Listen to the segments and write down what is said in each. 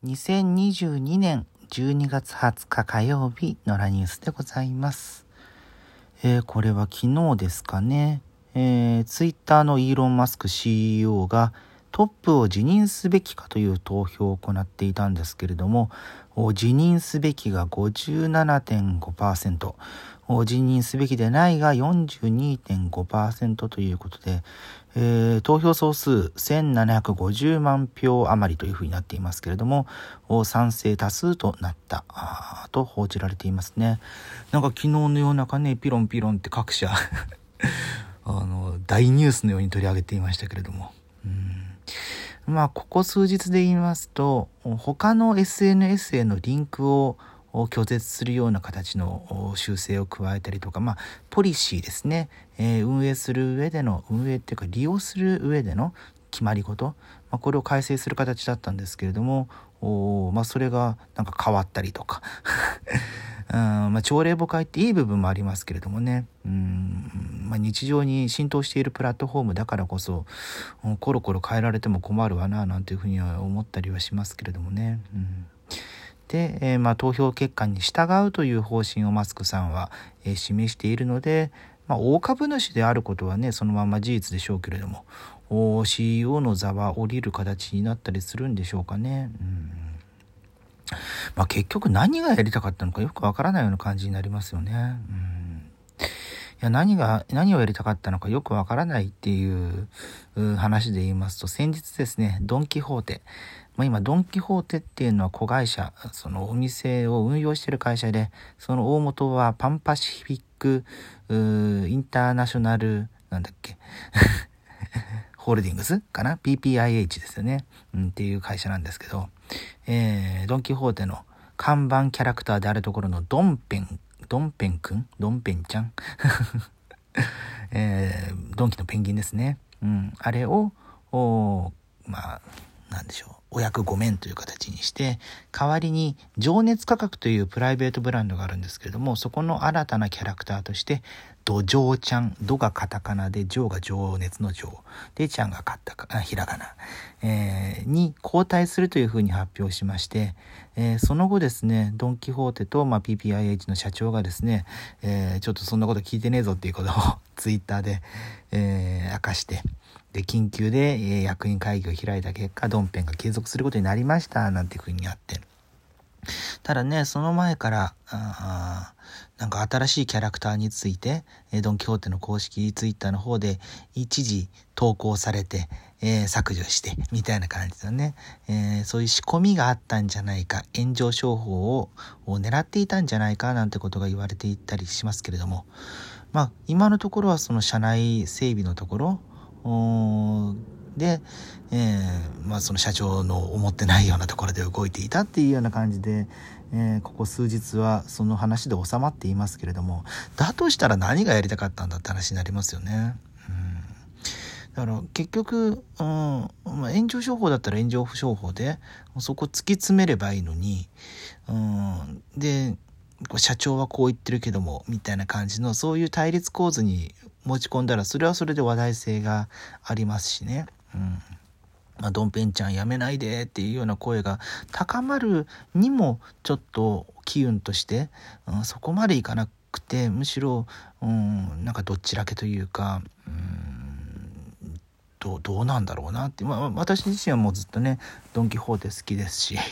2022年12月20日火曜日のラニュースでございます。これは昨日ですかね。ツイッターのイーロン・マスク CEO がトップを辞任すべきかという投票を行っていたんですけれども、辞任すべきが 57.5%、辞任すべきでないが 42.5% ということで、投票総数1750万票余りというふうになっていますけれども、賛成多数となったと報じられていますね。なんか昨日の夜中ね、ピロンピロンって各社大ニュースのように取り上げていましたけれども、ここ数日で言いますと、他の SNS へのリンクを拒絶するような形の修正を加えたりとか、ポリシーですね、運営する上での、運営っていうか利用する上での決まり事、これを改正する形だったんですけれども、それがなんか変わったりとか朝令暮改っていい部分もありますけれどもね、日常に浸透しているプラットフォームだからこそコロコロ変えられても困るわななんていうふうには思ったりはしますけれどもね。で、投票結果に従うという方針をマスクさんは、示しているので、大株主であることはねそのまま事実でしょうけれども、CEO の座は降りる形になったりするんでしょうかね。結局何がやりたかったのかよくわからないような感じになりますよね。何をやりたかったのかよくわからないっていう話で言いますと、先日ですね、ドン・キホーテ、今ドン・キホーテっていうのは子会社、そのお店を運用している会社で、その大元はパンパシフィックインターナショナルホールディングスかな PPIH ですよね、っていう会社なんですけど、ドン・キホーテの看板キャラクターであるところのドンペンちゃんドンキのペンギンですね、あれをお役御免という形にして、代わりに情熱価格というプライベートブランドがあるんですけれども、そこの新たなキャラクターとしてドジョウちゃん、ドがカタカナでジョウが情熱のジョウでちゃんがひらがな、に交代するというふうに発表しまして、その後ですね、ドン・キホーテと、PPIH の社長がですね、ちょっとそんなこと聞いてねえぞっていうことをツイッターで、明かして、で緊急で、役員会議を開いた結果、ドンペンが継続することになりましたなんていうふうにあって、ただねその前からなんか新しいキャラクターについて、ドン・キホーテの公式ツイッターの方で一時投稿されて、削除してみたいな感じですよね。そういう仕込みがあったんじゃないか、炎上商法を狙っていたんじゃないかなんてことが言われていたりしますけれども、今のところはその社内整備のところで、その社長の思ってないようなところで動いていたっていうような感じで、ここ数日はその話で収まっていますけれども、だとしたら何がやりたかったんだって話になりますよね。だから結局、炎上商法だったら炎上商法でそこ突き詰めればいいのに、で社長はこう言ってるけどもみたいな感じのそういう対立構図に持ち込んだら、それはそれで話題性がありますしね。ドンペンちゃんやめないでっていうような声が高まるにもちょっと機運として、そこまでいかなくて、むしろ、なんかどっちらけというか、どうなんだろうなって、私自身はもうずっとねドン・キホーテ好きですし、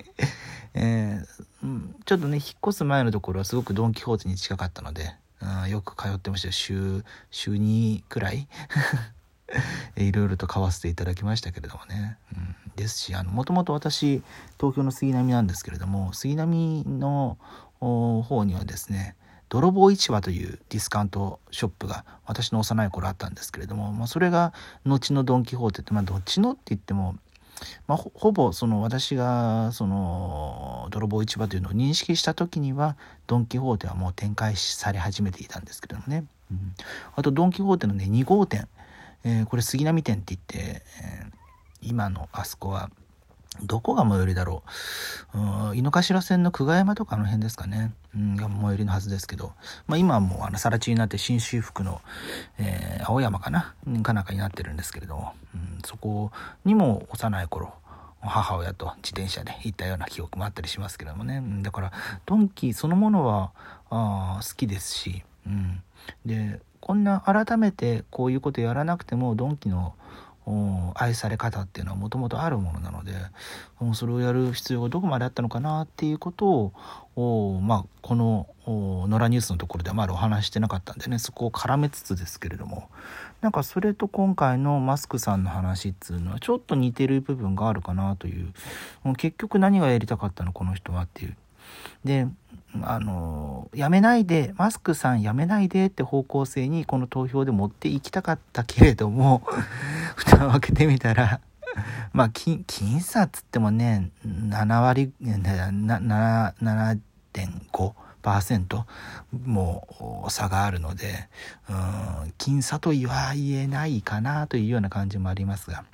ちょっとね引っ越す前のところはすごくドン・キホーテに近かったので、よく通ってましたよ。週2くらいいろいろと買わせていただきましたけれどもね、ですし、もともと私東京の杉並なんですけれども、杉並の方にはですね泥棒市場というディスカウントショップが私の幼い頃あったんですけれども、それが後のドン・キホーテって、後のって言っても、ほぼその私がその泥棒市場というのを認識した時にはドン・キホーテはもう展開され始めていたんですけれどもね、あとドン・キホーテのね2号店、これ杉並店って言って、今のあそこはどこが最寄りだろう、井の頭線の久我山とかの辺ですかね、が最寄りのはずですけど、今はもう更地になって新修復の、青山かなんかになってるんですけれども、そこにも幼い頃母親と自転車で行ったような記憶もあったりしますけどもね。だからドンキそのものは好きですし、でこんな改めてこういうことやらなくてもドンキの愛され方っていうのはもともとあるものなので、それをやる必要がどこまであったのかなっていうことをこの野良ニュースのところではまだお話してなかったんでね、そこを絡めつつですけれども、なんかそれと今回のマスクさんの話っていうのはちょっと似てる部分があるかなという、結局何がやりたかったのこの人はっていう。でやめないで、マスクさんやめないでって方向性にこの投票で持っていきたかったけれども蓋を開けてみたら僅差っつってもね7割 7.5% も差があるので、僅差とは言えないかなというような感じもありますが、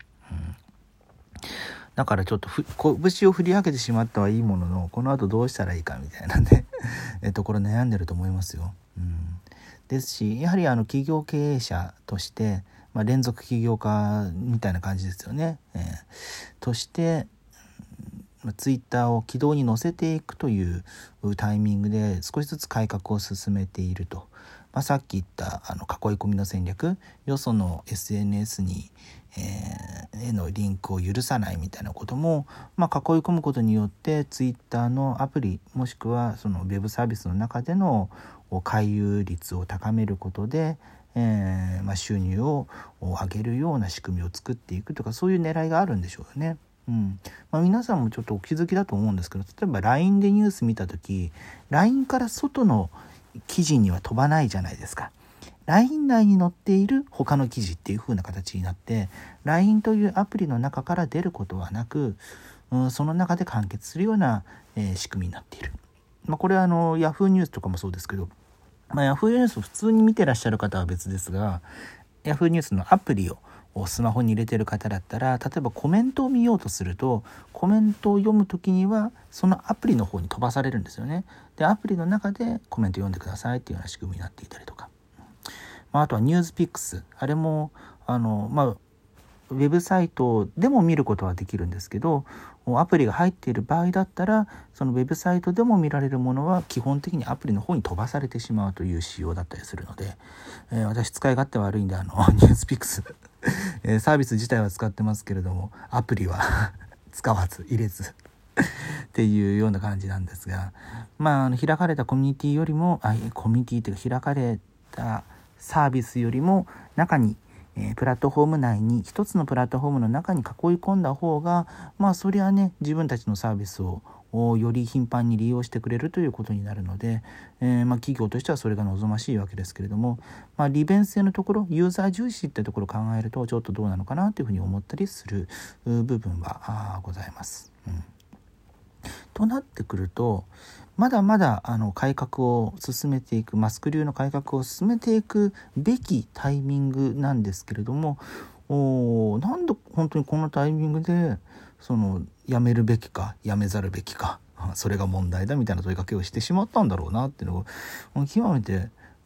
だからちょっと拳を振り上げてしまったはいいものの、この後どうしたらいいかみたいなねところ悩んでると思いますよ。ですし、やはり企業経営者として、連続起業家みたいな感じですよね。としてツイッターを軌道に乗せていくというタイミングで少しずつ改革を進めていると。さっき言った囲い込みの戦略、よその SNS にへのリンクを許さないみたいなことも、囲い込むことによってツイッターのアプリもしくはそのウェブサービスの中での回遊率を高めることで、収入を上げるような仕組みを作っていくとか、そういう狙いがあるんでしょうよね。皆さんもちょっとお気づきだと思うんですけど、例えば LINE でニュース見た時 LINE から外の記事には飛ばないじゃないですか。LINE 内に載っている他の記事っていう風な形になって LINE というアプリの中から出ることはなく、その中で完結するような、仕組みになっている。これはYahoo ニュースとかもそうですけど、Yahoo ニュースを普通に見てらっしゃる方は別ですが、Yahoo ニュースのアプリをスマホに入れてる方だったら、例えばコメントを見ようとするとコメントを読むときにはそのアプリの方に飛ばされるんですよね。でアプリの中でコメント読んでくださいっていうような仕組みになっていたりとか、あとはニュースピックス、あれもウェブサイトでも見ることはできるんですけど、アプリが入っている場合だったらそのウェブサイトでも見られるものは基本的にアプリの方に飛ばされてしまうという仕様だったりするので、私使い勝手悪いんでニュースピックスサービス自体は使ってますけれどもアプリは使わず入れずっていうような感じなんですが、開かれたコミュニティよりもコミュニティというか開かれたサービスよりも中にプラットフォーム内に一つのプラットフォームの中に囲い込んだ方がそりゃね自分たちのサービスをより頻繁に利用してくれるということになるので、企業としてはそれが望ましいわけですけれども、利便性のところユーザー重視ってところを考えるとちょっとどうなのかなというふうに思ったりする部分はございます。となってくるとまだまだ改革を進めていく、マスク流の改革を進めていくべきタイミングなんですけれども、なんで本当にこのタイミングでやめるべきかやめざるべきか、それが問題だみたいな問いかけをしてしまったんだろうなっていうのを極めて、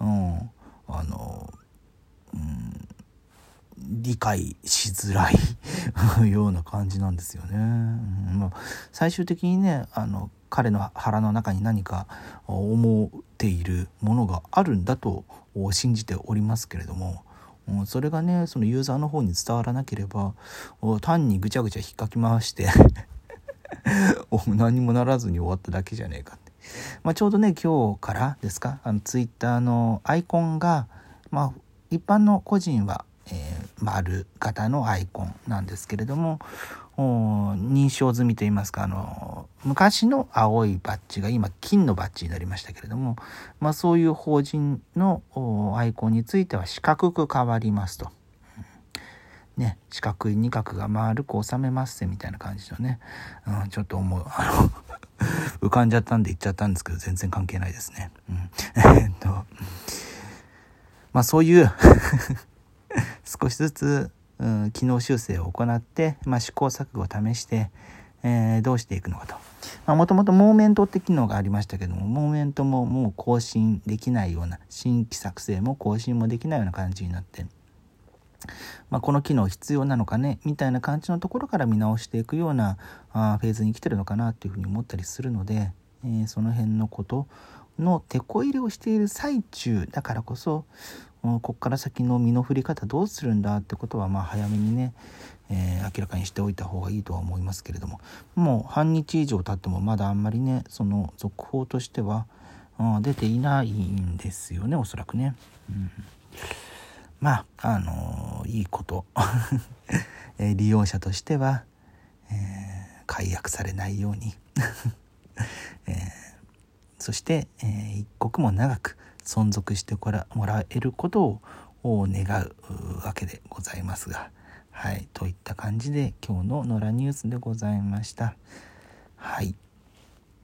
理解しづらいような感じなんですよね。最終的にね彼の腹の中に何か思っているものがあるんだと信じておりますけれども、それがねそのユーザーの方に伝わらなければ単にぐちゃぐちゃ引っかき回して何もならずに終わっただけじゃねえかって、ちょうどね今日からですかツイッターのアイコンが、一般の個人は丸型のアイコンなんですけれども、認証済みといいますか昔の青いバッジが今金のバッジになりましたけれども、そういう法人のアイコンについては四角く変わりますと、四角い二角が丸く収めますせみたいな感じのね、ちょっと浮かんじゃったんで言っちゃったんですけど全然関係ないですね。そういう少しずつ、機能修正を行って、試行錯誤を試して、どうしていくのかと。もともとモーメントって機能がありましたけども、モーメントももう更新できないような、新規作成も更新もできないような感じになって、 この機能必要なのかねみたいな感じのところから見直していくようなフェーズに来てるのかなっていうふうに思ったりするので、その辺のことの手こ入れをしている最中だからこそ、ここから先の身の振り方どうするんだってことは早めにね、明らかにしておいた方がいいとは思いますけれども、もう半日以上経ってもまだあんまりねその続報としては出ていないんですよね、おそらくね。いいこと利用者としては、解約されないようにそして、一刻も長く存続してもらえることを願うわけでございますが、はい、といった感じで今日の野良ニュースでございました。はい。